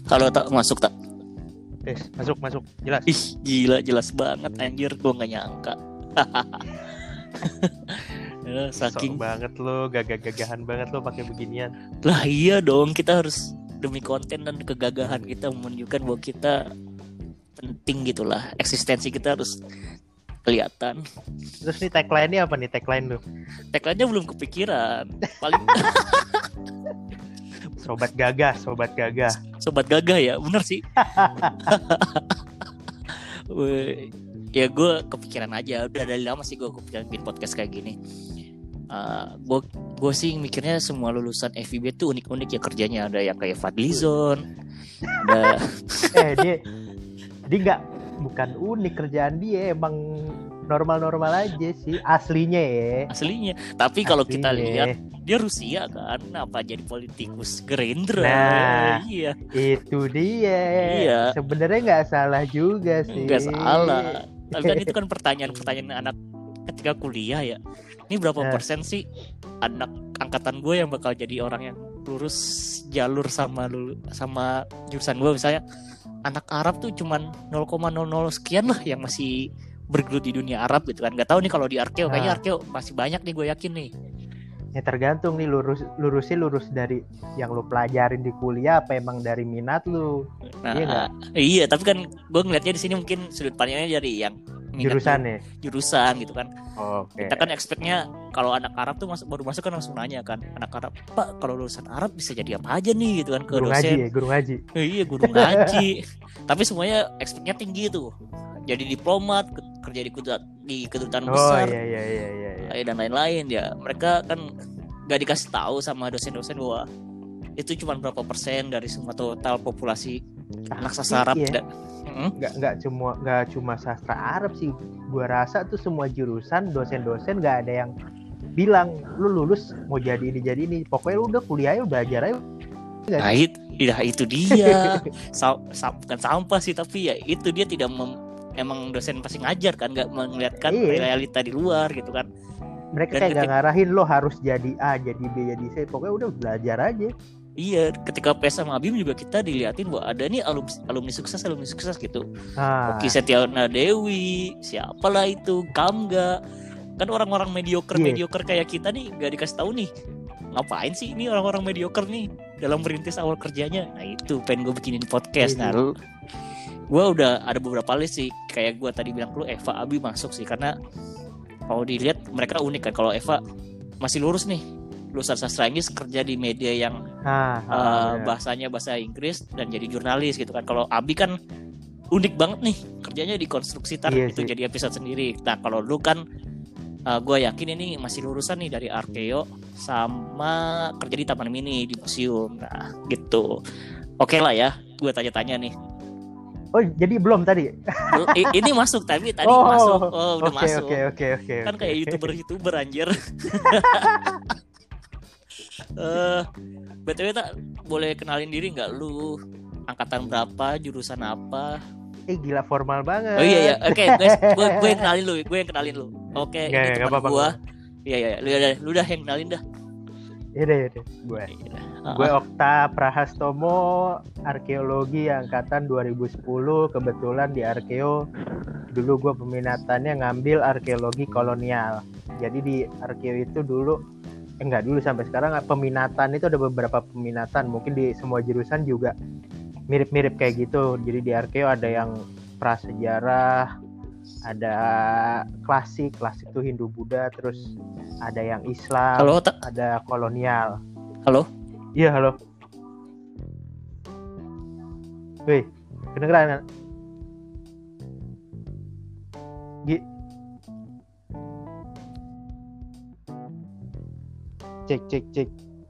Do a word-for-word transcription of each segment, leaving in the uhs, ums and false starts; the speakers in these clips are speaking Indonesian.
Kalau tak masuk tak. Tes, masuk masuk jelas. Ih, gila jelas banget anjir, gua enggak nyangka. Ya, saking Sok banget lo, gagah-gagahan banget lo pakai beginian. lah iya dong, kita harus demi konten dan kegagahan kita menunjukkan bahwa kita penting gitulah, eksistensi kita harus kelihatan. Terus nih tagline-nya apa nih tagline lo? Tagline-nya belum kepikiran. Paling Sobat gagah, sobat gagah. sobat gagah ya, bener sih. Weh, ya gue kepikiran aja, udah dari lama sih gue kepikiran bikin podcast kayak gini. Uh, gue gue sih mikirnya semua lulusan F I B tuh unik-unik ya kerjanya, ada yang kayak Fadlizon, ada eh dia dia nggak bukan unik kerjaan dia, emang normal-normal aja sih aslinya ya. aslinya. Tapi kalau kita Aslinya. lihat dia Rusia kan, apa jadi politikus Gerindra? Nah, iya, itu dia. Iya. Sebenarnya nggak salah juga sih. nggak salah. Tapi kan itu kan pertanyaan-pertanyaan anak ketika kuliah ya. Ini berapa Nah. persen sih anak angkatan gue yang bakal jadi orang yang lurus jalur sama lulu, sama jurusan gue, misalnya anak Arab tuh cuman nol koma nol nol sekian lah yang masih bergelut di dunia Arab gitu kan. Nggak tahu nih kalau di Arkeo, kayaknya Nah. Arkeo masih banyak nih, gue yakin nih. Ya tergantung nih lurus lurusnya lurus dari yang lu pelajarin di kuliah apa emang dari minat lu. Nah, Iya nggak? iya, tapi kan gue ngeliatnya di sini mungkin sudut pandangnya dari yang minat Jurusannya. jurusan gitu kan. Oke. Kita kan expect-nya kalau anak Arab tuh masuk, baru masuk kan langsung nanya kan, anak Arab, Pak kalau lulusan Arab bisa jadi apa aja nih gitu kan, ke Guru ngaji dosen. ya, guru ngaji. Eh, iya guru ngaji. Tapi semuanya expect-nya tinggi tuh, jadi diplomat, ke- kerja di kedutaan, di kedutaan Oh besar, iya iya iya iya. iya. eh, dan lain-lain ya. Mereka kan nggak dikasih tahu sama dosen-dosen bahwa itu cuma berapa persen dari semua total populasi anak sastra Arab. Iya. Da- Mm-mm. Nggak nggak cuma nggak cuma sastra Arab sih. Gua rasa tuh semua jurusan dosen-dosen nggak ada yang bilang lu lulus mau jadi ini jadi ini. Pokoknya lu udah kuliahnya belajar aja. Nah itu, ya, itu dia. Sa- sa- bukan sampah sih, tapi ya itu dia tidak mem- emang dosen pasti ngajar kan, nggak melihatkan Iya. realita di luar gitu kan. Mereka Dan kayak nggak ketik- ngarahin lo harus jadi A, jadi B, jadi C. Pokoknya udah belajar aja. Iya, ketika P S sama Abim juga kita diliatin bahwa ada nih alumni, alumni sukses, alumni sukses gitu. Nah, Oki Setiana Dewi, siapalah itu, Kamga. Kan orang-orang mediocre Iya. mediocre kayak kita nih gak dikasih tahu nih. Ngapain sih ini orang-orang mediocre nih dalam merintis awal kerjanya. Nah itu pengen gue bikinin podcast. Iya. Nah lu, gue udah ada beberapa list sih, kayak gue tadi bilang lu Eva, Abi masuk sih, karena kalau dilihat mereka unik kan. Kalau Eva masih lurus nih, lulusan sastra Inggris, kerja di media yang nah, uh, ah, bener. bahasanya bahasa Inggris dan jadi jurnalis gitu kan. Kalau Abi kan unik banget nih, kerjanya di konstruksi, tar Iya itu sih. jadi episode sendiri. Nah kalau lu kan uh, gue yakin ini masih lulusan nih dari Arkeo sama kerja di Taman Mini, di museum. Nah gitu. Oke lah ya, gue tanya-tanya nih. Oh jadi belum tadi? Lu- i- ini masuk tapi tadi Oh, masuk. Oh udah Oke masuk. oke oke oke. Kan oke. kayak youtuber-youtuber anjir. Eh, B T W tak boleh kenalin diri nggak lu? Angkatan berapa? Jurusan apa? Eh gila formal banget. Oh iya ya, oke guys, gue gue yang kenalin lu, gue yang kenalin lu. Oke, Nggak, ini nggak teman apa-apa, gue. nggak Iya iya, lu dah, lu dah yang kenalin dah. Yaudah yaudah. Gue. Ah, Gue Okta Prahastomo, arkeologi angkatan dua ribu sepuluh. Kebetulan di Arkeo dulu gue peminatannya ngambil arkeologi kolonial. Jadi di Arkeo itu dulu eh, enggak dulu sampai sekarang peminatan itu ada beberapa peminatan. Mungkin di semua jurusan juga mirip-mirip kayak gitu. Jadi di Arkeo ada yang prasejarah, ada klasik, klasik tuh Hindu Buddha, terus ada yang Islam, Halo, tak? ada kolonial. Halo? Iya, halo. Wih, kedengeran kan? Gi. Cek, cek, cek.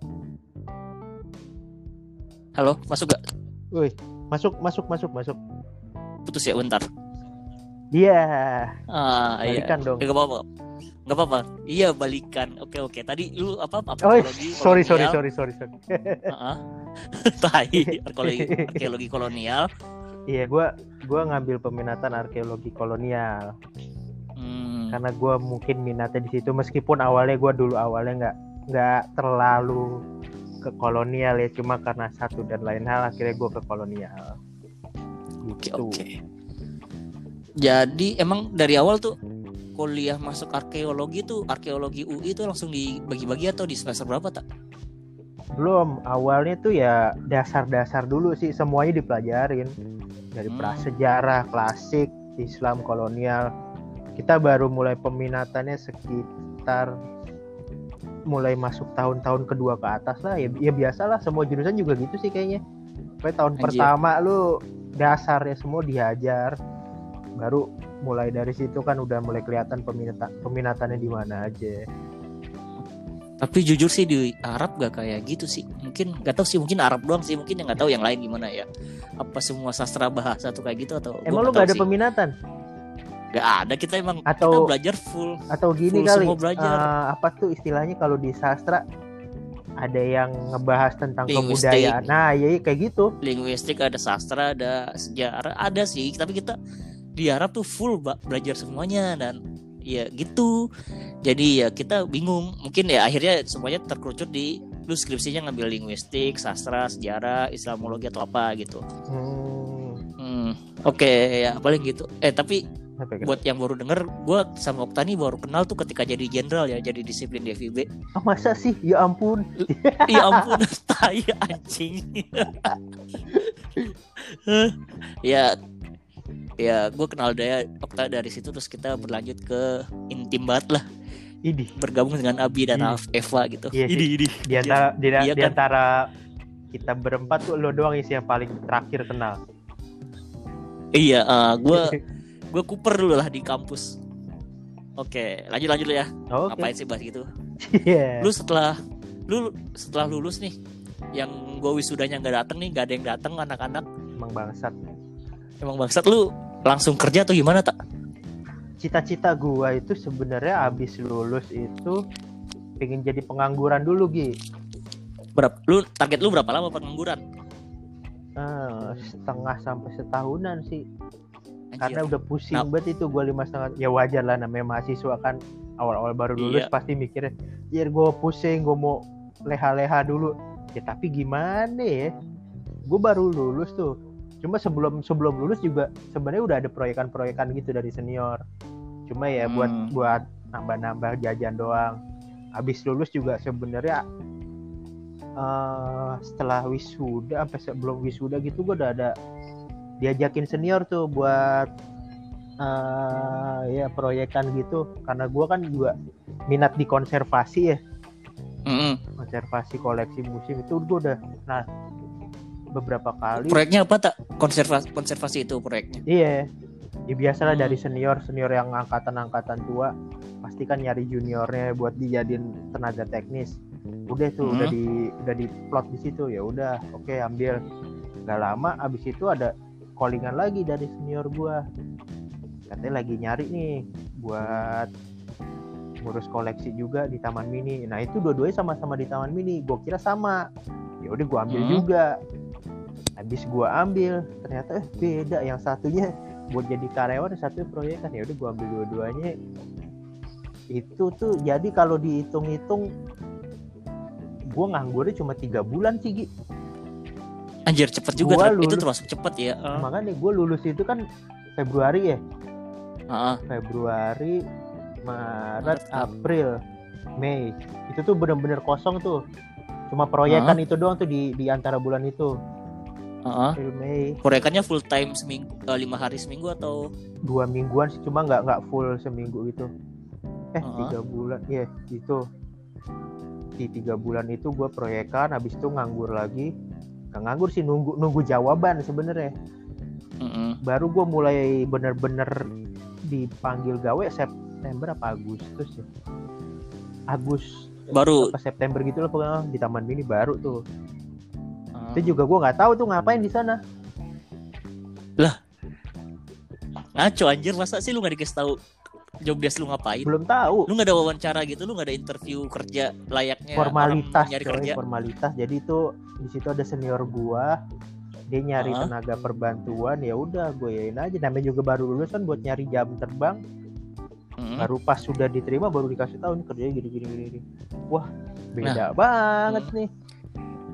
Halo, masuk gak? Wih, masuk, masuk, masuk, masuk. Putus ya bentar. Iya. Ah iya. Balikan dong. Gak apa-apa. Gak apa-apa. Iya balikan. Oke oke. Tadi lu apa? apa Oh, arkeologi sorry, sorry, kolonial. sorry, sorry, sorry. Heeh. Tai, arkeologi, arkeologi kolonial. Iya, gua gua ngambil peminatan arkeologi kolonial Hmm. karena gua mungkin minatnya di situ meskipun awalnya gua dulu awalnya nggak nggak terlalu ke kolonial ya, cuma karena satu dan lain hal akhirnya gue ke kolonial. Oke Gitu. oke. Jadi emang dari awal tuh kuliah masuk arkeologi tuh, arkeologi U I tuh langsung dibagi-bagi atau di semester berapa tak? Belum, awalnya tuh ya dasar-dasar dulu sih, semuanya dipelajarin dari Hmm. prasejarah, klasik, Islam, kolonial. Kita baru mulai peminatannya sekitar mulai masuk tahun-tahun kedua ke atas lah. Ya, ya biasalah, semua jurusan juga gitu sih kayaknya. Pokoknya tahun Anjir. pertama lu dasarnya semua diajar, baru mulai dari situ kan udah mulai kelihatan peminatan peminatannya di mana aja. Tapi jujur sih di Arab gak kayak gitu sih. Mungkin gak tahu sih, mungkin Arab doang sih, mungkin yang gak tahu yang lain gimana ya. Apa semua sastra bahasa tuh kayak gitu atau Emang gua lu nggak gak ada tahu sih. peminatan? Gak ada, kita emang Atau- kita belajar full. Atau gini Full kali, semua belajar. eh, apa tuh istilahnya kalau di sastra ada yang ngebahas tentang Linguistik. kebudayaan. Nah, iya kayak gitu. Linguistik, ada sastra, ada sejarah, ada sih. Tapi kita di Arab tuh full ba- belajar semuanya dan ya gitu. Jadi ya kita bingung. Mungkin ya akhirnya semuanya terkerucut di lu skripsinya ngambil linguistik, sastra, sejarah, Islamologi atau apa gitu. Hmm, Hmm, oke ya paling gitu. Eh tapi apa ya? buat yang baru denger, gue sama Oktani baru kenal tuh ketika jadi jenderal ya, jadi disiplin D V B. Oh, masa sih? Ya ampun. Ya ampun, tai anjing. ya, ya gue kenal dia Okta dari situ, terus kita berlanjut ke intim banget lah, Ini bergabung dengan Abi dan Ini. Eva gitu. Iya sih. Ini ini. di antara di, Iya di kan? antara kita berempat tuh lo doang sih yang paling terakhir kenal. Iya, gue gue kuper dulu lah di kampus. Oke, lanjut lanjut ya. Oke. Ngapain sih bahas gitu? Iya. Lu setelah lu setelah lulus nih, yang gue wisudanya nggak dateng nih, nggak ada yang dateng anak-anak, Emang bangsat. emang bangsat. Lu langsung kerja atau gimana tak? Cita-cita gua itu sebenarnya abis lulus itu pengen jadi pengangguran dulu, Gi. Berapa? Lu target lu berapa lama pengangguran? Eh, setengah sampai setahunan sih. Anjir. Karena udah pusing Nah. banget itu gue lima setengah. Ya wajar lah, namanya mahasiswa kan awal-awal baru lulus Iya. pasti mikirnya, ya gue pusing, gue mau leha-leha dulu. Ya tapi gimana ya? Gue baru lulus tuh. Cuma sebelum sebelum lulus juga sebenarnya udah ada proyekan-proyekan gitu dari senior. Cuma ya buat Hmm. buat nambah-nambah jajan doang. Habis lulus juga sebenarnya eh, setelah wisuda sampai sebelum wisuda gitu gue udah ada diajakin senior tuh buat uh, ya proyekan gitu, karena gue kan juga minat di konservasi ya, Mm-mm. konservasi koleksi museum itu gue udah nah beberapa kali. Proyeknya apa tak? Konservasi konservasi itu proyeknya. Iya, ya biasalah Hmm. dari senior senior yang angkatan-angkatan tua pasti kan nyari juniornya buat dijadiin tenaga teknis. Udah tuh Hmm. udah di udah di plot di situ, ya udah oke ambil. Gak lama abis itu ada callingan lagi dari senior gua, katanya lagi nyari nih buat ngurus koleksi juga di Taman Mini. Nah itu dua-duanya sama-sama di Taman Mini, gua kira sama. Ya udah gua ambil Hmm. juga. Habis gua ambil ternyata eh beda, yang satunya buat jadi karyawan, yang satunya proyekan. Ya udah gua ambil dua-duanya. Itu tuh jadi kalau dihitung-hitung gua nganggurnya cuma tiga bulan sih, Gi. Anjir cepet juga, Gua ter- itu lulus- termasuk cepet ya. Uh. Makanya gue lulus itu kan Februari ya. Uh-uh. Februari, Maret, Maret, April, Mei. Itu tuh bener-bener kosong tuh. Cuma proyekan itu doang tuh di di antara bulan itu. Uh-uh. April, Mei. Proyekannya full time seminggu, uh, lima hari seminggu atau? Dua mingguan sih, cuma nggak nggak full seminggu gitu. Eh Uh-uh. tiga bulan, ya gitu. Di tiga bulan itu gue proyekan, habis itu nganggur lagi. Nggak nganggur sih, nunggu nunggu jawaban sebenarnya. Mm-mm. Baru gue mulai bener-bener dipanggil gawe September apa Agustus ya. Agus Baru. apa September gitu loh pokoknya di Taman Mini baru tuh. Uh. Itu juga gue nggak tahu tuh ngapain di sana. Ngaco anjir, masa sih lu gak dikasih tahu job desk lu ngapain? Belum tahu. Lu gak ada wawancara gitu, lu gak ada interview kerja layaknya Formalitas, orang mau nyari coy, kerja? formalitas. Jadi itu di situ ada senior gua, dia nyari Uh-huh. tenaga perbantuan, ya udah gue yain aja. Namanya juga baru lulus kan buat nyari jam terbang. Mm-mm. Baru pas sudah diterima baru dikasih tahu nih kerjanya gini gini gini. gini. Wah beda Nah. banget nih.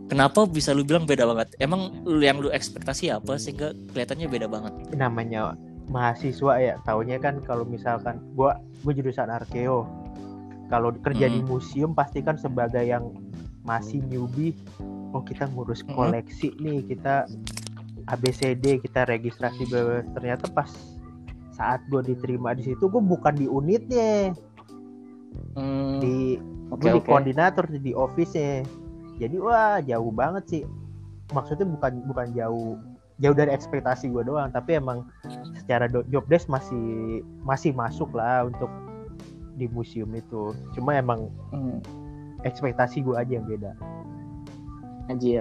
Kenapa bisa lu bilang beda banget? Emang lu yang lu ekspektasi apa sehingga kelihatannya beda banget? Namanya mahasiswa ya, taunya kan kalau misalkan gua gua jurusan arkeo, kalau kerja di Mm. museum pasti kan sebagai yang masih newbie, oh kita ngurus Mm. koleksi nih, kita A B C D, kita registrasi. Ternyata pas saat gue diterima di situ, gue bukan di unitnya, Mm. di Oke, gue di oke. koordinator, di office-nya. Jadi wah jauh banget sih. Maksudnya bukan bukan jauh jauh dari ekspektasi gue doang, tapi emang secara do- job desk masih masih masuk lah untuk di museum itu. Cuma emang Mm. ekspektasi gue aja yang beda. Anjir.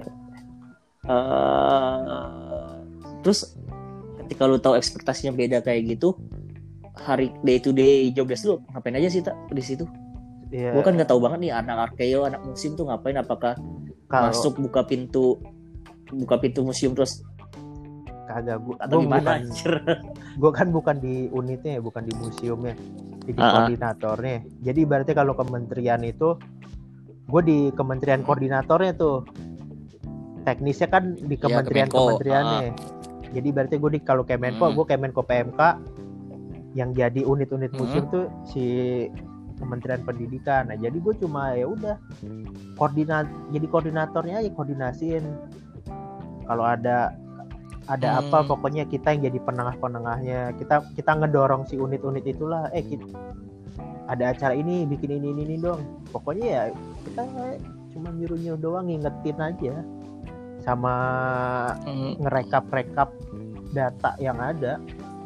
Uh, terus ketika lu tahu ekspektasinya beda kayak gitu, hari day to day job desk lu ngapain aja sih tak di situ? Ya, Gue kan nggak tahu banget nih anak arkeo, anak museum tuh ngapain? Apakah kalau masuk buka pintu, buka pintu museum terus kagak gue atau gimana? bukan Anjir. gue kan bukan di unitnya, bukan di museumnya, jadi Uh-uh. koordinatornya. Jadi berarti kalau kementerian itu gue di kementerian koordinatornya tuh, teknisnya kan di kementerian kementeriannya. Uh-uh. Jadi berarti gue di kalau Kemenko, hmm. gue Kemenko P M K, yang jadi unit-unit museum hmm. tuh si Kementerian Pendidikan. Nah jadi gue cuma ya udah koordinat, jadi koordinatornya aja, koordinasiin kalau ada ada hmm. apa, pokoknya kita yang jadi penengah-penengahnya, kita kita ngedorong si unit-unit itulah, eh kita ada acara ini, bikin ini ini, ini dong. Pokoknya ya kita cuma nyuruh-nyuruh doang, ngingetin aja sama hmm. ngerekap-rekap data yang ada.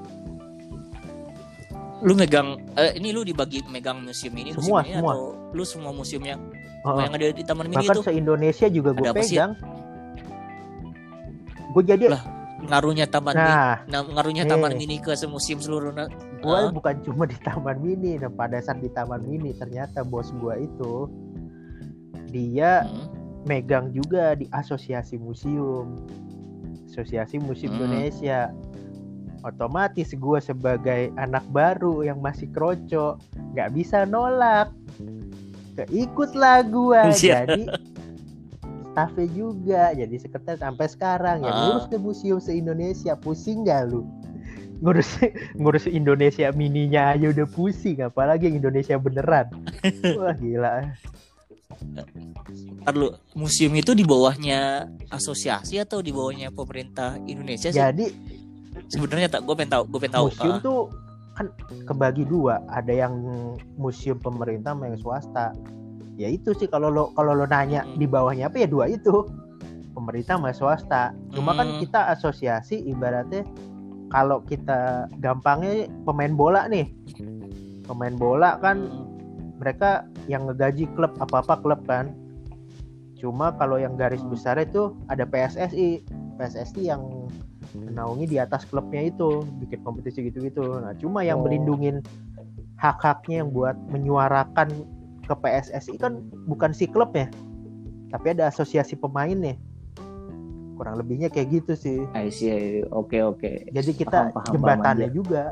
Lu megang eh, ini lu dibagi megang museum ini semua, museum ini semua. Atau lu semua museumnya oh, yang ada di Taman Mini bahkan itu? Bahkan se-Indonesia juga gue pegang. Gue jadi lah, ngaruhnya Taman nah, Mini, ngaruhnya nih. Taman Mini ke museum seluruh. Gue uh. bukan cuma di Taman Mini. Nah pada saat di Taman Mini ternyata bos gue itu dia hmm. megang juga di asosiasi museum, asosiasi museum hmm. Indonesia. Otomatis gue sebagai anak baru yang masih kroco nggak bisa nolak, keikutlah gue jadi staffnya juga, jadi sekretaris sampai sekarang ya, ngurus ke museum se-Indonesia. Pusing gak lu ngurus ngurus Indonesia mininya aja udah pusing, apalagi yang Indonesia beneran. Wah gila. Ntar lu, museum itu di bawahnya asosiasi atau di bawahnya pemerintah Indonesia sih? Jadi sebenarnya tak gue pengen tahu, gue pengen tahu. Museum uh. tuh kan kebagi dua, ada yang museum pemerintah sama yang swasta. Ya itu sih kalau lo kalau lo nanya hmm. di bawahnya apa, ya dua itu, pemerintah sama swasta. Cuma hmm. kan kita asosiasi ibaratnya, kalau kita gampangnya pemain bola nih, pemain bola kan hmm. mereka yang ngegaji klub apa-apa klub kan. Cuma kalau yang garis besar itu ada P S S I. P S S I yang menaungi di atas klubnya itu, bikin kompetisi gitu-gitu. Nah, cuma yang oh. melindungin hak-haknya yang buat menyuarakan ke P S S I kan bukan si klubnya, tapi ada asosiasi pemainnya. Kurang lebihnya kayak gitu sih. I see. Oke, oke. Jadi kita paham, paham, jembatannya paham juga.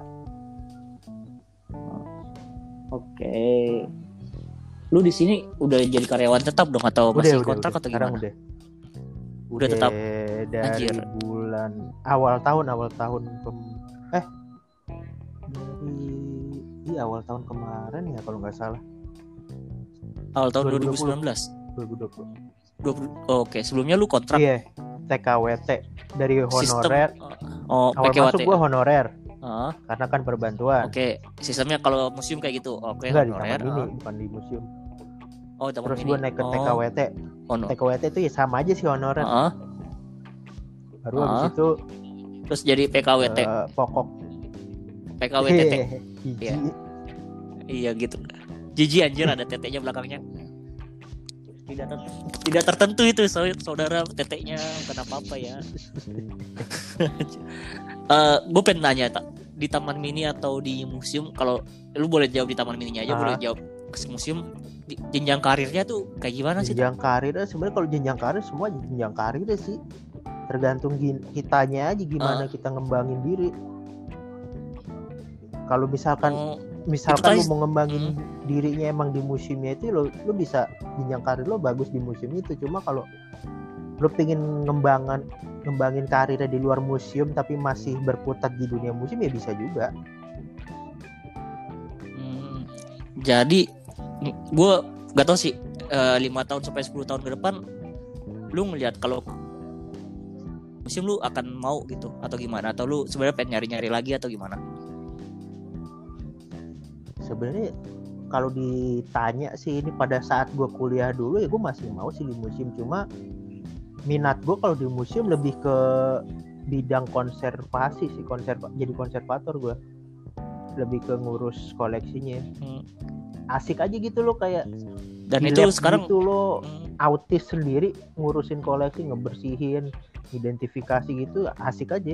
Oke. Lu di sini udah jadi karyawan tetap dong atau udah, masih udah, kontrak udah. atau gimana? Udah. Udah tetap. Dari Anjir. bulan awal tahun awal tahun pem- eh dari di awal tahun kemarin ya kalau nggak salah. Awal tahun dua ribu sembilan belas. dua ribu dua puluh. dua puluh Oh, oke, okay. Sebelumnya lu kontrak. Iya, T K W T dari honorer. Sistem, oh, awal masuk gua honorer. Uh, karena kan perbantuan. Oke, okay. Sistemnya kalau museum kayak gitu. Oke, okay, honorer. Enggak, di taman uh. ini, bukan di museum. Oh, taman terus ini. Gua naik ke oh. T K W T. Oh, no. T K W T itu ya sama aja sih honorer. Uh. Baru uh. habis itu terus jadi P K W T. Uh, pokok. P K W T T. Iya. Iya gitu. Jiji anjir ada teteknya belakangnya. Tidak ter- tidak tertentu itu saudara, teteknya bukan apa-apa ya. uh, gue pengen nanya tak, di Taman Mini atau di museum, kalau lu boleh jawab di Taman Mininya aja, uh. boleh jawab ke museum, jenjang karirnya tuh kayak gimana sih? Jenjang karirnya sebenarnya kalau jenjang karir semua jenjang karirnya sih tergantung kitanya aja gimana uh. kita ngembangin diri. Kalau misalkan oh. misalkan lu mau ngembangin hmm. dirinya emang di museumnya itu, lo lo bisa jenjang karir lo bagus di museum itu. Cuma kalau lu pengen ngembangan ngembangin karirnya di luar museum tapi masih berkutat di dunia museum ya bisa juga. Hmm, jadi gue gak tau sih uh, lima tahun sampai sepuluh tahun ke depan lu ngelihat kalau museum lu akan mau gitu atau gimana, atau lu sebenarnya pengen nyari-nyari lagi atau gimana? Sebenarnya kalau ditanya sih ini pada saat gue kuliah dulu ya gue masih mau sih di museum, cuma minat gue kalau di museum lebih ke bidang konservasi sih, konserva jadi konservator gue, lebih ke ngurus koleksinya. Hmm. Asik aja gitu lo kayak dan itu sekarang gitu lo hmm. autis sendiri ngurusin koleksi, ngebersihin, identifikasi gitu, asik aja.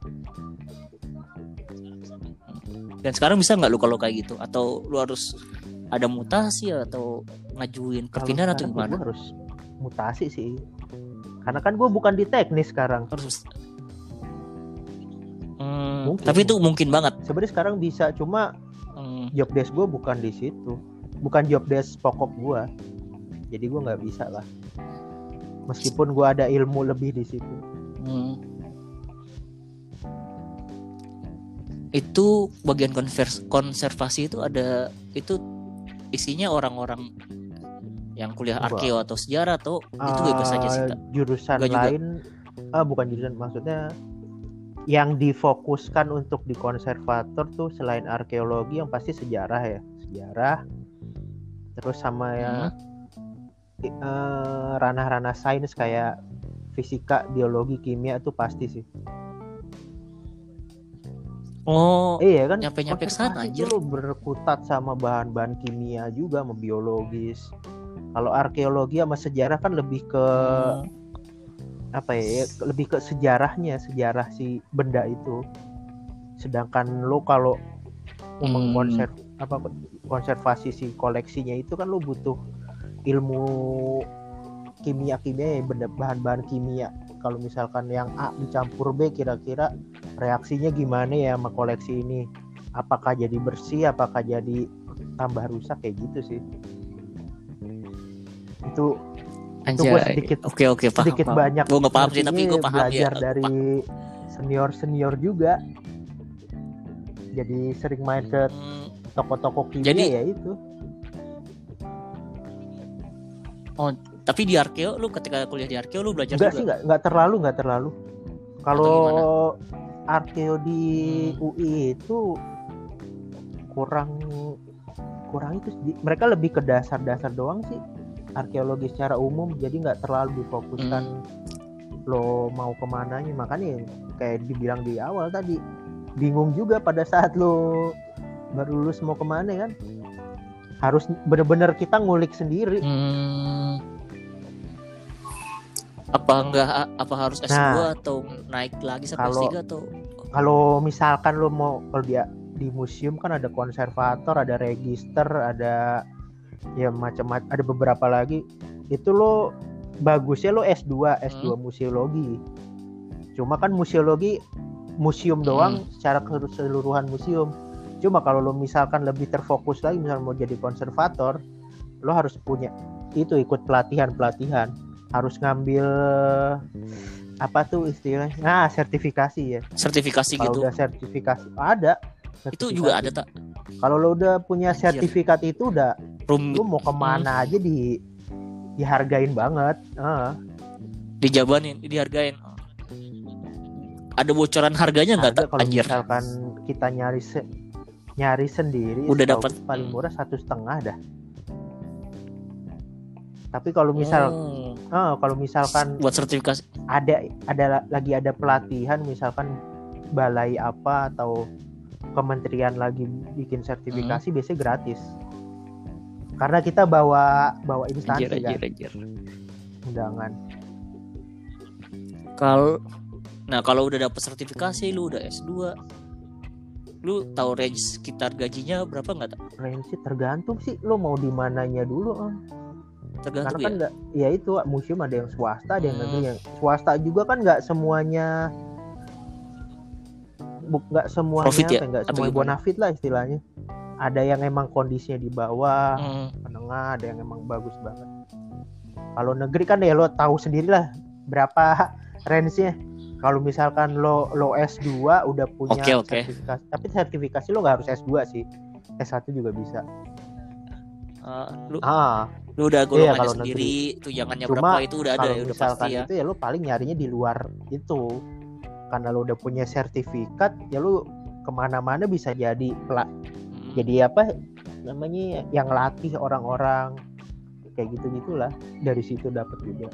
Dan sekarang bisa nggak lu kalau kayak gitu, atau lu harus ada mutasi atau ngajuin perpindahan atau gimana? Gue harus mutasi sih, karena kan gue bukan di teknis sekarang. Harus. Hmm, tapi itu mungkin banget. Sebenarnya sekarang bisa, cuma hmm. job desk gue bukan di situ, bukan job desk pokok gue, jadi gue nggak bisa lah. Meskipun gue ada ilmu lebih di situ. Hmm. Itu bagian konvers- konservasi itu ada, itu isinya orang-orang yang kuliah arkeo atau sejarah atau uh, itu bebas saja sih? Jurusan Gak lain, ah bukan jurusan, maksudnya yang difokuskan untuk di konservator tuh selain arkeologi yang pasti sejarah ya, sejarah, terus sama ya hmm. uh, ranah-ranah sains kayak fisika, biologi, kimia tuh pasti sih. Oh, iya kan, nyampe-nyampe sana anjir. Lu berkutat sama bahan-bahan kimia juga, sama biologis. Kalau arkeologi sama sejarah kan lebih ke hmm. apa ya, lebih ke sejarahnya, sejarah si benda itu. Sedangkan lu kalau hmm. mengkonser apa konservasi si koleksinya itu kan lu butuh ilmu kimia-kimia, benda bahan-bahan kimia. Kalau misalkan yang A dicampur B, kira-kira reaksinya gimana ya sama koleksi ini? Apakah jadi bersih, apakah jadi tambah rusak, kayak gitu sih. Itu Anjay. Itu gue sedikit oke oke paham, sedikit paham. Banyak. Gue nggak paham sih tapi gue paham belajar ya. dari senior-senior juga. Jadi sering main ke toko-toko kimia. Jadi, ya itu. Oh, tapi di arkeo lu ketika kuliah di arkeo lu belajar enggak juga? Sih, enggak, enggak terlalu, enggak terlalu. Kalau arkeo di hmm. U I itu kurang kurang itu, mereka lebih ke dasar-dasar doang sih. Arkeologi secara umum, jadi nggak terlalu difokuskan hmm. lo mau kemananya. Makanya kayak dibilang di awal tadi, bingung juga pada saat lo baru lulus mau kemana kan. Harus bener-bener kita ngulik sendiri. Hmm. Apa enggak, apa harus S dua nah, atau naik lagi sampai S tiga atau? Kalau misalkan lo mau, kalau dia di museum kan ada konservator, ada register, ada ya macam-macam, ada beberapa lagi. Itu lo bagusnya lo S dua, S dua hmm. museologi. Cuma kan museologi museum doang hmm. secara keseluruhan museum. Cuma kalau lo misalkan lebih terfokus lagi, misalnya mau jadi konservator, lo harus punya itu, ikut pelatihan-pelatihan, harus ngambil apa tuh istilahnya, nah sertifikasi ya. Sertifikasi kalo gitu. Udah sertifikasi ada. Sertifikasi. Itu juga ada tak? Kalau lo udah punya sertifikat Anjir. Itu udah, Rum... lo mau kemana hmm. aja di dihargain banget. Uh. Dijabanin, dihargain. Ada bocoran harganya nggak tak? Kalau misalkan kita nyari se- nyari sendiri udah dapat paling murah satu setengah dah. Tapi kalau misal hmm. oh, kalau misalkan buat sertifikasi ada ada lagi ada pelatihan, misalkan balai apa atau kementerian lagi bikin sertifikasi, hmm. biasanya gratis. Karena kita bawa bawa instansi anjir, kan. Anjir, anjir. Undangan. Kalau nah kalau udah dapat sertifikasi, lu udah S dua, lu tahu range sekitar gajinya berapa nggak? Range tergantung sih, lu mau di mananya dulu. Oh. Tergantung. Karena kan nggak, ya? ya itu museum ada yang swasta, ada yang negeri. Hmm. Yang swasta juga kan nggak semuanya, nggak semuanya, profit ya? Nggak semuanya bonafit lah istilahnya. Ada yang emang kondisinya di bawah, hmm. menengah, ada yang emang bagus banget. Kalau negeri kan ya lo tahu sendiri lah, berapa range-nya. Kalau misalkan lo lo S dua udah punya Oke, oke. sertifikasi, tapi sertifikasi lo nggak harus S dua sih, S satu juga bisa. Uh, lu Ah, lu udah iya, golongannya kalau sendiri, tunjangannya Cuma berapa itu udah ada kalau ya, udah misalkan pasti ya. itu ya lo paling nyarinya di luar itu, karena lo udah punya sertifikat ya lo kemana-mana bisa jadi pelak, Hmm. jadi apa namanya yang latih orang-orang kayak gitu gitulah, dari situ dapat juga.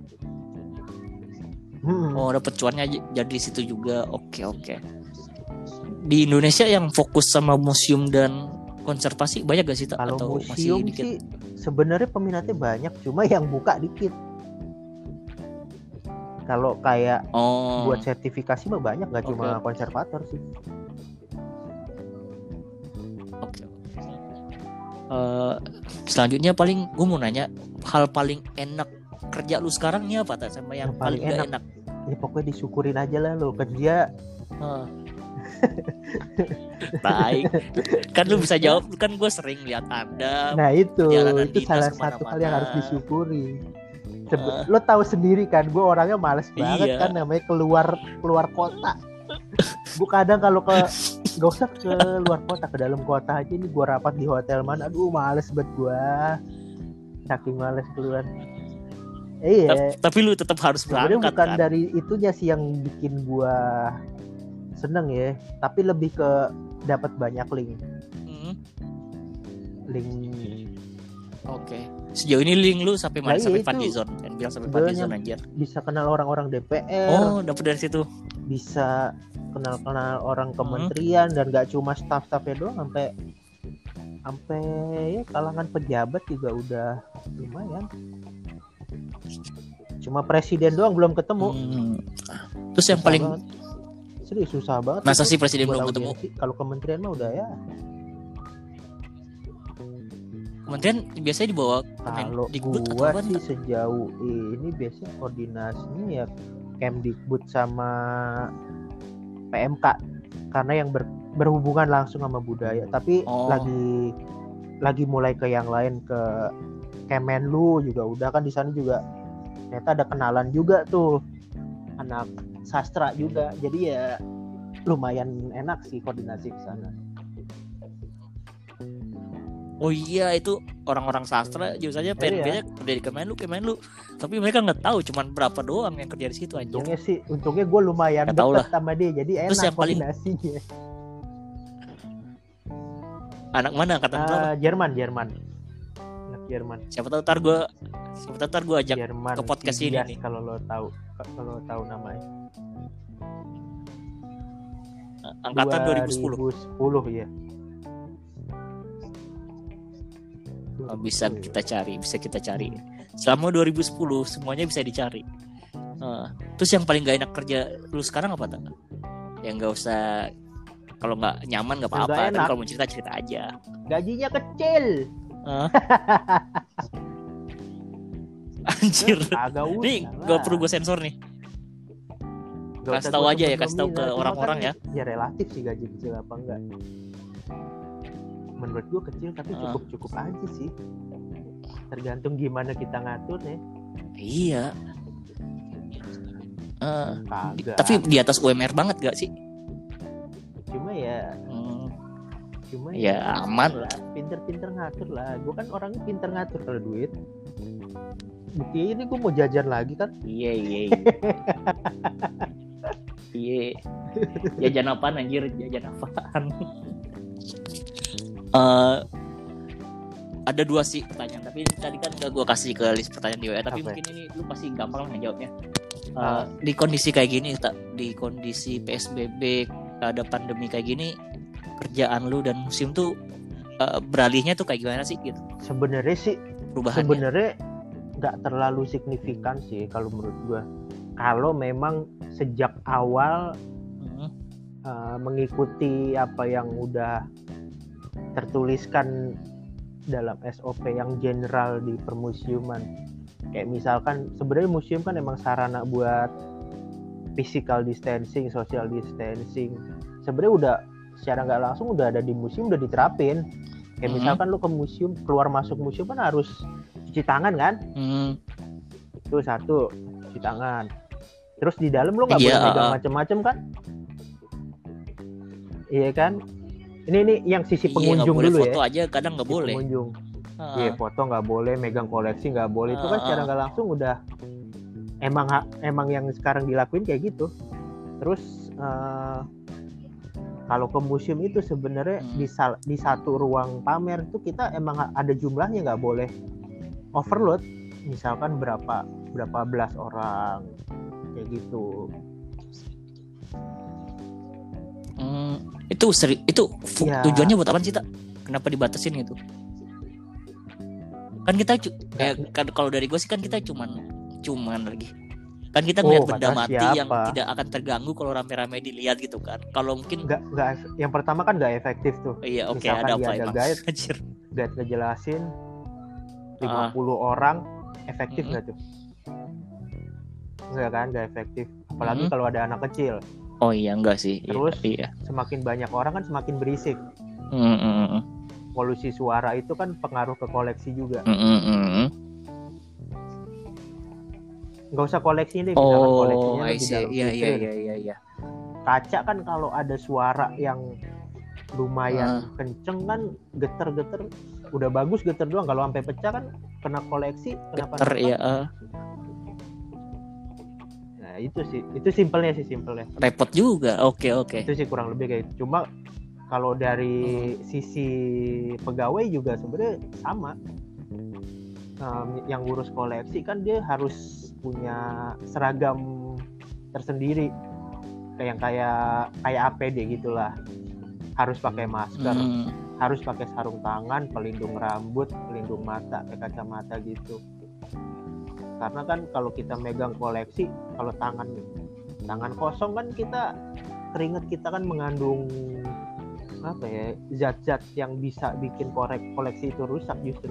Hmm. Oh, dapat cuannya j- jadi di situ juga. Oke, oke. Di Indonesia yang fokus sama museum dan konservasi banyak gak sih tak? Kalau Atau museum masih dikit? sih sebenarnya peminatnya banyak, cuma yang buka dikit. Kalau kayak Oh, buat sertifikasi mah banyak, nggak Oke. cuma konservator sih. oke. Eh, selanjutnya paling gue mau nanya hal paling enak kerja lu sekarang nih apa tak? Sama yang, Yang paling paling gak enak. Ya pokoknya disyukurin aja lah lo kerja. Ah. Baik, kan lu bisa jawab, kan gue sering lihat Anda. Nah itu, perjalanan itu dinas salah kemana-mana. satu hal yang harus disyukuri. Sebe- Ah. lo tahu sendiri kan, gue orangnya males banget Iya. kan, namanya keluar keluar kota. Gue kadang kalau ke gak usah ke luar kota, ke dalam kota aja nih gue rapat di hotel mana, aduh males banget gue, saking males keluar. Iya, Tapi, tapi lu tetap harus sebenarnya berangkat bukan kan. dari itunya sih yang bikin gue seneng ya, tapi lebih ke dapat banyak link, Hmm. link. Oke. Sejauh ini link lu sampai mana? Nah, iya, Sampai itu Fadlizon. Kan bilang sampai sebenarnya Fadlizon anjir. bisa kenal orang-orang D P R. Oh, dapat dari situ. Bisa kenal-kenal orang Hmm. kementerian, dan gak cuma staff-staffnya doang, sampai sampai ya kalangan pejabat juga udah lumayan. Cuma presiden doang belum ketemu. Hmm. Terus yang Susah paling banget. Serius susah banget. Masa itu sih presiden buat belum ketemu? audiensi. Kalau kementerian mah udah ya. kementerian biasanya dibawa Kalau Kemendikbud atau gua apa? sih sejauh ini biasanya koordinasinya ya Kemdikbud sama P M K, karena yang ber- berhubungan langsung sama budaya. Tapi Oh. lagi lagi mulai ke yang lain, ke Kemenlu juga udah kan, di sana juga ternyata ada kenalan juga tuh anak sastra juga, jadi ya lumayan enak sih koordinasi ke sana. Oh iya, itu orang-orang sastra jurusannya P N P-nya kerja di Kemenlu, Kemenlu. Tapi mereka nggak tahu cuman berapa doang yang kerja di situ anjir. Untungnya sih, untungnya gue lumayan Nggak tahu deket sama dia, jadi Terus enak yang paling- koordinasinya. Anak mana angkatan berapa? Ah, Jerman, Jerman, anak Jerman, Siapa tahu tar gue siapa tahu tar gue ajak Jerman. ke podcast ini Dias, nih. kalau lo tahu, kalau lo tahu namanya. angkatan dua ribu sepuluh. dua ribu sepuluh ya. Oh, bisa kita cari, bisa kita cari. Selama dua ribu sepuluh semuanya bisa dicari. Nah, terus yang paling gak enak kerja lu sekarang apa tak? Yang nggak usah, kalau nggak nyaman nggak Yang apa-apa. nggak Tapi enak. kalau mau cerita cerita aja. Gajinya kecil. Hah? Anjir. Agak usah. Nih gak perlu gue sensor nih. Gak kasih usah tahu gua aja ya, sebut kasih tahu ke nominal, cuma orang-orang kan ya. Ya relatif sih gaji kecil apa enggak. Menurut gua kecil tapi Ah. cukup-cukup aja sih. Tergantung gimana kita ngaturnya. Iya. Eh, di- Kagak. tapi di atas U M R banget gak sih? Cuma ya, Hmm, cuma Ya, aman lah. Pinter-pinter ngatur lah. Gua kan orangnya pinter ngatur kalau duit. Bukti ini gua mau jajan lagi kan. iya iya. Iya. Iya. Jajan apaan anjir? Jajan apaan? Eh, ada dua sih pertanyaan, tapi tadi kan gak gue kasih ke list pertanyaan di W A, tapi Apa? mungkin ini lu pasti gampang lah ngejawabnya. Eh, Ah. Di kondisi kayak gini, tak, di kondisi P S B B, ada pandemi kayak gini, kerjaan lu dan museum tuh eh, beralihnya tuh kayak gimana sih gitu? Sebenarnya sih Perubahannya? sebenarnya nggak terlalu signifikan sih kalau menurut gua. Kalau memang sejak awal Hmm, uh, mengikuti apa yang udah tertuliskan dalam S O P yang general di permusiuman. Kayak misalkan sebenarnya museum kan emang sarana buat physical distancing, social distancing. Sebenarnya udah secara nggak langsung udah ada di museum, udah diterapin. Kayak Mhm. misalkan lu ke museum, keluar masuk museum kan harus cuci tangan kan? hmm, Itu satu, cuci tangan. Terus di dalam lo nggak Iya, boleh megang uh, macem-macem kan? Iya kan? Ini ini yang sisi iya nggak pengunjung boleh dulu foto ya. aja, kadang nggak Sisi boleh. pengunjung. Uh, Iya, foto nggak boleh, megang koleksi nggak boleh. Itu kan uh, secara uh. nggak langsung udah emang ha- emang yang sekarang dilakuin kayak gitu. Terus eh, kalau ke museum itu sebenarnya Hmm. di sal- di satu ruang pamer itu kita emang ha- ada jumlahnya, nggak boleh overload. Misalkan berapa berapa belas orang kayak gitu. Hmm, itu seri, itu fu- Ya, tujuannya buat apa sih, Tak? Kenapa dibatasin gitu? Kan kita cu- nggak. eh, kan kalau dari gue sih kan kita cuman cuman lagi kan kita Oh, ngeliat benda kata mati yang siapa? tidak akan terganggu kalau rame-rame dilihat gitu kan. Kalau mungkin Nggak nggak ef- yang pertama kan nggak efektif tuh. iya oke Misalkan ada dia apa ada emang guide, anjir. guide ngejelasin Ah, lima puluh orang, efektif mm-mm. nggak tuh? Nggak kan, nggak efektif. Apalagi Mm-mm. kalau ada anak kecil. Oh iya enggak sih. Iya, Terus iya. semakin banyak orang kan semakin berisik. Mm-mm. Polusi suara itu kan pengaruh ke koleksi juga. Mm-mm. Nggak usah koleksi deh, misalkan Oh, koleksinya I lebih see. dalam Iya iya vitrin. iya iya iya. Kaca kan kalau ada suara yang lumayan Ah. kenceng kan geter-geter, udah bagus geter doang. Kalau sampai pecah kan kena koleksi, kenapa Geter iya, ah. Nah itu sih, itu simpelnya sih simpelnya. Repot juga. Oke oke. Itu sih kurang lebih kayak gitu. Cuma kalau dari sisi pegawai juga sebenarnya sama. Um, yang ngurus koleksi kan dia harus punya seragam tersendiri, kayak yang kayak kayak A P D gitulah. Harus pakai masker, Hmm. harus pakai sarung tangan, pelindung rambut, pelindung mata, kayak kacamata gitu. Karena kan kalau kita megang koleksi, kalau tangan tangan kosong kan kita keringat kita kan mengandung apa ya, zat-zat yang bisa bikin korek koleksi itu rusak justru.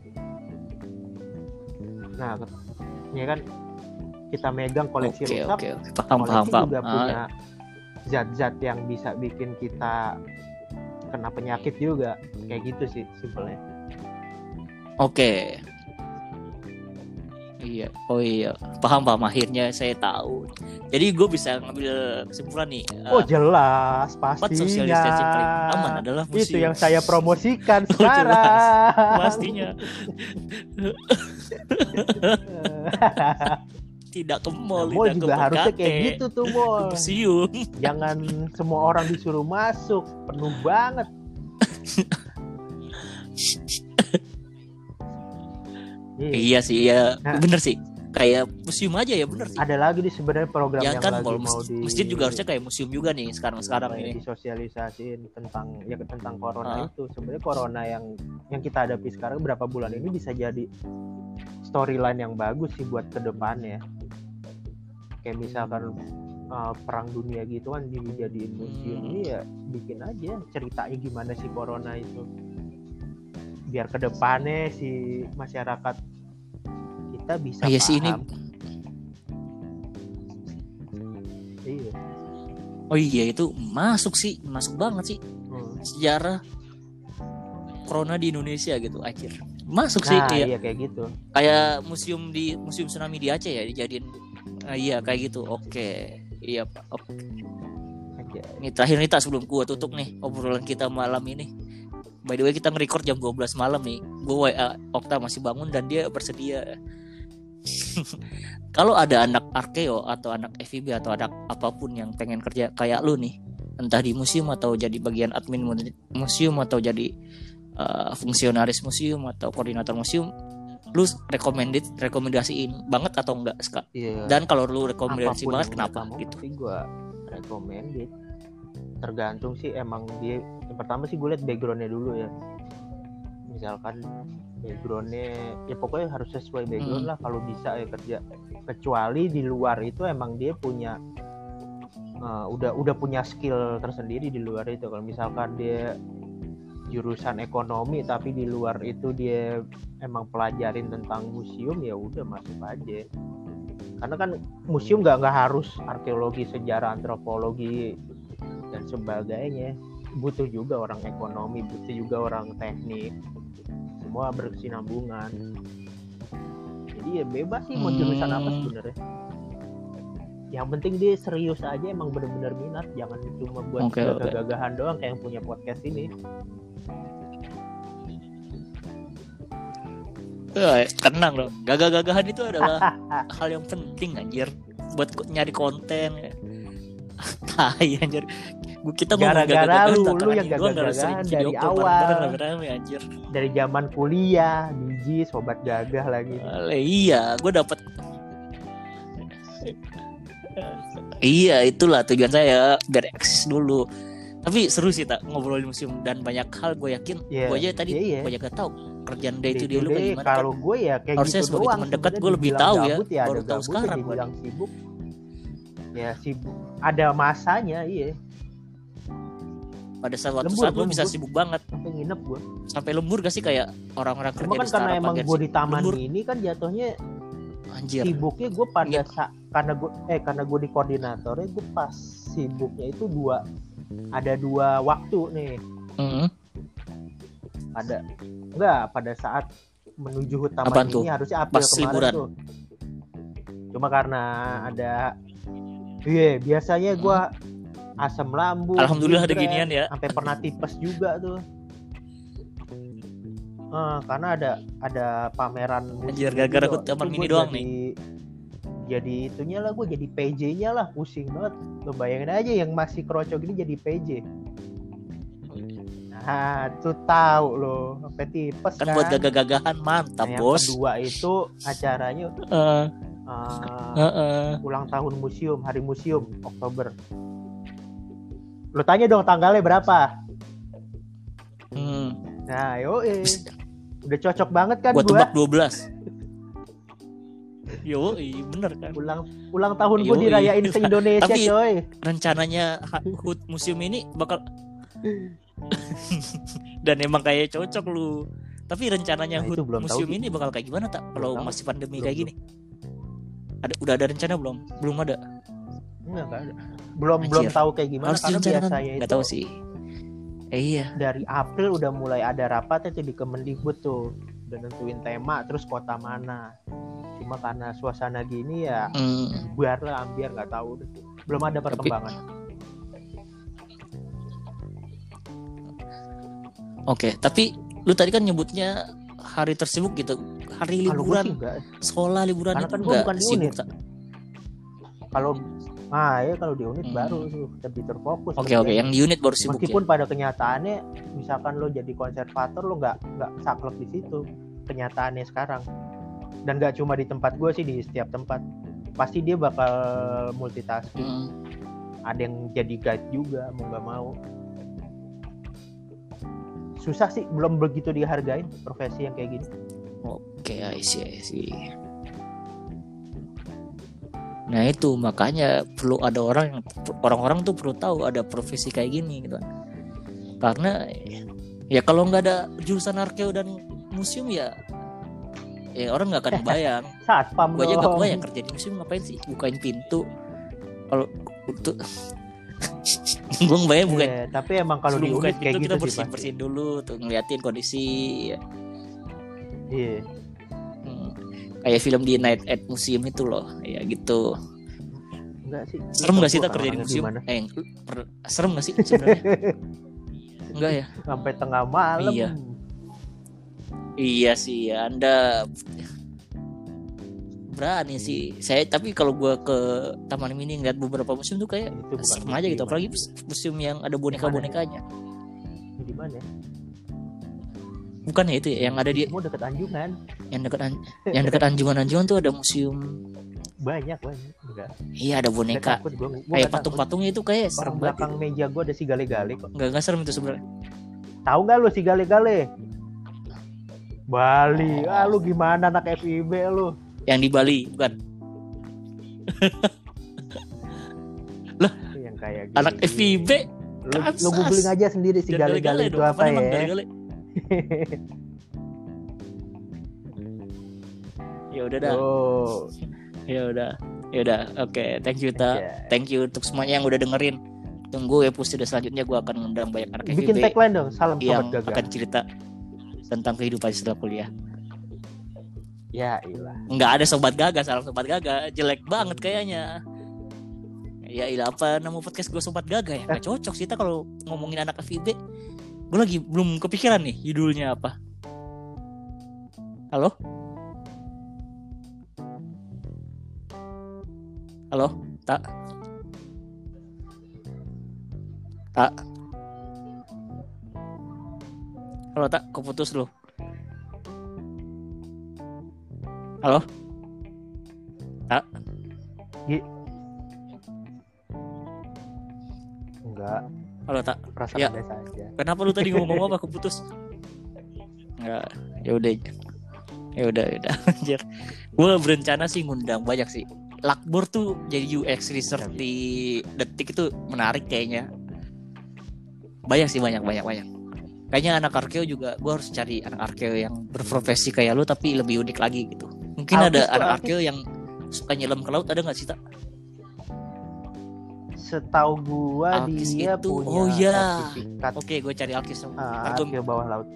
Nah, ya kan kita megang koleksi Oke rusak, oke oke. Paham paham koleksi paham. juga Ah, punya zat-zat yang bisa bikin kita kena penyakit juga, kayak gitu sih simpelnya. Oke. Iya, oh iya, paham paham. Akhirnya saya tahu. Jadi gue bisa ngambil kesimpulan nih. eh, Oh jelas, tempat social distancing paling aman pastinya. adalah Itu museum. yang saya promosikan Oh, sekarang. jelas. Pastinya tidak ke mall, Nah, mall tidak juga ke harusnya kayak Bekate, gitu tuh ke mall. museum. Jangan semua orang disuruh masuk, penuh banget. Iya. Iya sih, iya Nah. bener sih. Kayak museum aja ya bener sih. Ada lagi di sebenarnya program Ya yang kan, lagi kalau mau masjid, di masjid juga harusnya kayak museum juga nih sekarang-sekarang kayak ini. disosialisasiin tentang ya tentang corona Ah. itu. Sebenarnya corona yang yang kita hadapi sekarang berapa bulan ini bisa jadi storyline yang bagus sih buat kedepannya. Kayak misalkan uh, perang dunia gitu kan dijadiin museum, Hmm. ini ya bikin aja ceritanya gimana sih corona itu, biar kedepannya si masyarakat kita bisa Ah, iya sih, ini- paham. Iya. Oh iya itu masuk sih, masuk banget sih Hmm. sejarah corona di Indonesia gitu akhir. Masuk sih, Nah, iya. iya kayak gitu. Kayak museum di museum tsunami di Aceh ya dijadiin. Ah, iya kayak gitu. Oke. Iya Pak. Oke. Aja. Ini terakhir nih Tak, sebelum gua tutup nih obrolan kita malam ini. By the way kita nge-record jam dua belas malam nih. Gua W A Okta masih bangun dan dia bersedia. Kalau ada anak Arkeo atau anak F I B atau anak apapun yang pengen kerja kayak lu nih, entah di museum atau jadi bagian admin museum atau jadi uh, fungsionaris museum atau koordinator museum, lu recommended rekomendasiin banget atau enggak Ska? Iya. Dan kalau lu rekomendasi Apapun banget yang kenapa mereka mau, gitu? pasti gue recommended. Tergantung sih emang dia. Yang pertama sih gue liat backgroundnya dulu ya. Misalkan backgroundnya ya pokoknya harus sesuai background Hmm. lah kalau bisa ya kerja. Kecuali di luar itu emang dia punya uh, udah udah punya skill tersendiri di luar itu. Kalau misalkan dia jurusan ekonomi tapi di luar itu dia emang pelajarin tentang museum, ya udah masuk aja. Karena kan museum nggak nggak harus arkeologi, sejarah, antropologi dan sebagainya. Butuh juga orang ekonomi, butuh juga orang teknik. Semua berkesinambungan. Jadi ya bebas sih mau jurusan apa Hmm. sebenarnya. Yang penting dia serius aja, emang bener-bener minat, jangan cuma buat Oke, oke. gagah-gagahan doang kayak yang punya podcast ini. Eh, tenang dong, gagah-gagahan itu adalah hal yang penting anjir buat ko- nyari konten. Tai anjir. Gua kita ngomong Gara-gara gagah-gagahan lu, lu tataran yang ini doang, nggak ada sering gagah-gagahan video dari call awal. bareng-bareng rame-rame anjir. Dari zaman kuliah, biji sobat gagah lagi. Ale, iya, gue dapat. Iya, itulah tujuan saya, biar eksis dulu. Tapi seru sih tak ngobrolin museum dan banyak hal gue yakin. Iya, Gue aja tadi iya, iya. banyak gak tahu kerjaan day to Day day to lu kayak day, gimana. kalau gue ya kayak Harusnya gitu sebagai doang. teman dekat Sebenarnya gue lebih dibilang tahu ya, gabut ya, baru ada tahu gabut, sekarang gue. dibilang sibuk. Ya sibuk. Ada masanya, iya. Pada saat waktu Lembur, saat lu bisa lembur. sibuk banget Sampai nginep gue. sampai lembur gak sih kayak orang-orang kerja Cuma kan di karena startup emang agency? gue di taman Lembur, ini kan jatuhnya anjir. sibuknya gue pada Iya. sa- karena gue eh karena gue di koordinatornya, gue pas sibuknya itu dua ada dua waktu nih. Mm-hmm. Ada enggak pada saat menuju taman Apaan ini tuh? harusnya April Pas kemarin liburan. tuh. Cuma karena ada iya biasanya gue asam lambung. Alhamdulillah ada migrain, ginian ya. sampai pernah tipes juga tuh. Eh, karena ada ada pameran musik Anjir, gara-gara gitu. aku taman Itu mini gua doang jadi, jadi itunya lah, gue jadi P J-nya lah, pusing banget. Lo bayangin aja yang masih kroco gini jadi P J. Nah, tuh tahu lo, sampai tipes Kan kan. buat gagah-gagahan mantap, Nah, yang bos. kedua itu acaranya Uh, uh, uh, uh. ulang tahun museum, hari museum Oktober. Lo tanya dong tanggalnya berapa? Hmm. Nah, yo udah cocok banget kan Gua gua. tebak dua belas. Yo, iya bener kan. Ulang ulang tahun gua Yoi. dirayain se-Indonesia, Tapi- coy. Rencananya ha- H U T museum ini bakal dan emang kayak cocok lu. Tapi rencananya Nah, H U T itu belum tahu museum sih. ini bakal kayak gimana tak kalau tahu. masih pandemi Belum, kayak gini? Ada udah ada rencana belum? Belum ada. Enggak, enggak ada. Belum Anjir. belum tahu kayak gimana Harus karena direncanakan. biasanya Nggak itu tahu sih. Eh, iya. dari April udah mulai ada rapatnya tuh di Kemendikbud tuh, udah nentuin tema terus kota mana. Cuma karena suasana gini ya Hmm. biar lah biar nggak tahu deh. Belum ada perkembangan. Oke, tapi lu tadi kan nyebutnya hari tersibuk gitu. Hari Kalau gue sih liburan, enggak. sekolah liburan Karena itu kan gua enggak bukan di sibuk unit. tak? Kalau ah ya kalau di unit Hmm. baru tuh lebih terfokus. Oke, kerjanya. oke, yang di unit baru sibuk Meskipun ya. pada kenyataannya misalkan lo jadi konservator lo nggak nggak saklek di situ kenyataannya sekarang, dan nggak cuma di tempat gue sih, di setiap tempat pasti dia bakal multitasking. Hmm. Ada yang jadi guide juga mau nggak mau. Susah sih, belum begitu dihargain profesi yang kayak gini. Oke, I see, I see. Nah itu makanya perlu ada orang yang orang-orang tuh perlu tahu ada profesi kayak gini gitu. Karena ya kalau nggak ada jurusan arkeo dan museum ya, ya orang nggak akan bayang. Satpam Gue aja nggak dong. bayang kerja di museum ngapain sih? Bukain pintu. Kalau untuk gue ngebayang bukan. Iya, tapi emang kalau di Sebelum bukain unit kayak pintu gitu kita sih bersihin pasti. bersihin dulu tuh ngeliatin kondisi. Ya. Iya. Hmm. Kayak film di Night at Museum itu loh, ya gitu. Enggak sih. Serem Lu gak sih tahu tak kerja di orang-orangnya museum? gimana? Eh, per- serem gak sih sebenarnya? Enggak ya? Sampai tengah malam. Iya. Iya sih, ya. Anda berani sih. Saya tapi kalau gua ke Taman Mini ngeliat beberapa museum tuh kayak Itu bukan serem aja gitu. museum. Apalagi museum yang ada boneka-bonekanya. Di mana? Bukan ya itu ya, yang ada di Semua dekat Anjungan. yang dekat An- yang dekat Anjungan-Anjungan tuh ada museum. Banyak banyak. Enggak. Iya, ada Nggak boneka. takut, gua, gua Kayak nggak takut. patung-patungnya itu kayak Orang serem banget. belakang meja gue ada si gale-gale kok. Enggak enggak serem itu sebenarnya. Tahu nggak lu si gale-gale? Bali. Oh. Ah lu gimana anak F I B lu? Yang di Bali, bukan? Yang kayak gitu. Anak F I B. Lu, Kansas. lu googling aja sendiri si Jangan gale-gale itu dong. apa emang ya? gale-gale? Ya udah dah. Oh. Ya udah. Ya udah. Oke, thank you Ta. Ya. Thank you untuk semuanya yang udah dengerin. Tunggu episode selanjutnya gue akan ngundang banyak anak F I B Bikin tagline dong, salam yang sobat gagal. akan cerita tentang kehidupan setelah kuliah. Ya ilah. Nggak ada sobat gagal, salam sobat gagal, jelek banget kayaknya. Ya ilah, apa nama podcast gue Sobat Gaga ya? Gak cocok sih kita kalau ngomongin anak F I B. Gue lagi belum kepikiran nih judulnya apa. Halo? Halo? Tak? Tak? Halo tak? Kok putus lu? Halo? Tak? Gi- Enggak, Halo tak? perasaan Ya. biasa aja. Kenapa lu tadi ngomong apa keputus? Enggak, ya udah. Ya udah, ya udah anjir. Gue berencana sih ngundang banyak sih. Lakbor tuh jadi U X research di Detik itu menarik kayaknya. Banyak sih, banyak banyak banyak. Kayaknya anak arkeo juga gue harus cari anak arkeo yang berprofesi kayak lu tapi lebih unik lagi gitu. Mungkin Alkis ada tuh, anak Alkis. arkeo yang suka nyelam ke laut, ada nggak sih tak? Setahu gua Alkis dia itu, punya oh iya. sertifikat Oke, gue cari Alkis. uh, Ntar gua- arkeo bawah laut.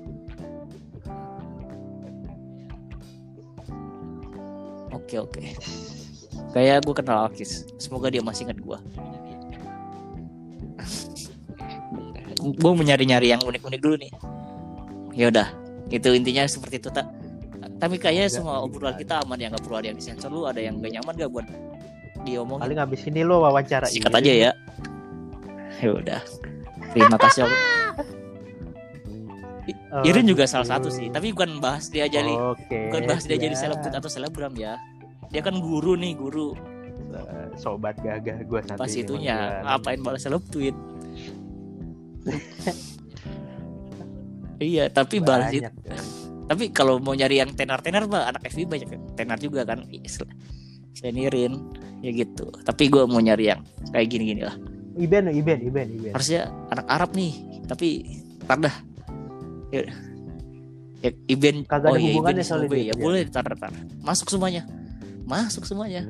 Oke oke. Kayak gue kenal Alkis. Semoga dia masih ingat gue. Gue menyari-nyari yang unik-unik dulu nih. Ya udah, itu intinya seperti itu tak. Tapi kayaknya Enggak, semua enggak. obrolan kita aman ya, nggak perlu ada yang disensor. Lu ada yang gak nyaman gak buat diomongin? Paling abis ini lo wawancara Sikat Irin. aja ya. Ya udah. Terima kasih. Oh, Irin juga gitu. salah satu sih, tapi bukan bahas dia jadi Oke. bukan bahas dia ya. jadi selebgram atau selebgram ya. Dia kan guru nih, guru. Uh, Sobat gagah gua satu Pas ini itunya mah gua. ngapain balas seleb tweet. Iya, tapi balas itu. Banyak, ya. Tapi kalau mau nyari yang tenar-tenar mah anak F B banyak yang tenar juga kan. Selain Irin ya gitu. Tapi gue mau nyari yang kayak gini-gini lah. Iben, Iben, Iben, Iben. Harusnya anak Arab nih, tapi tar dah. Ya, ya Iben. Kagak ada oh iya, hubungannya Iben soalnya Snobe. dia. Ya boleh tar tar. Masuk semuanya. Masuk semuanya.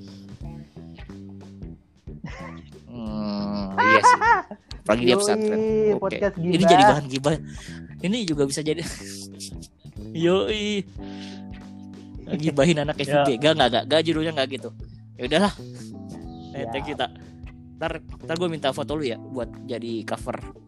Hmm, iya sih. Apalagi dia Yoi, pesantren. Oke. podcast Ini gibah. jadi bahan gibah. Ini juga bisa jadi. Yoi. Gibahin anak F I B. Gak, gak, gak, gak judulnya gak gitu. Ya udahlah. Eh, thank you tak. Ntar, ntar gue minta foto lu ya buat jadi cover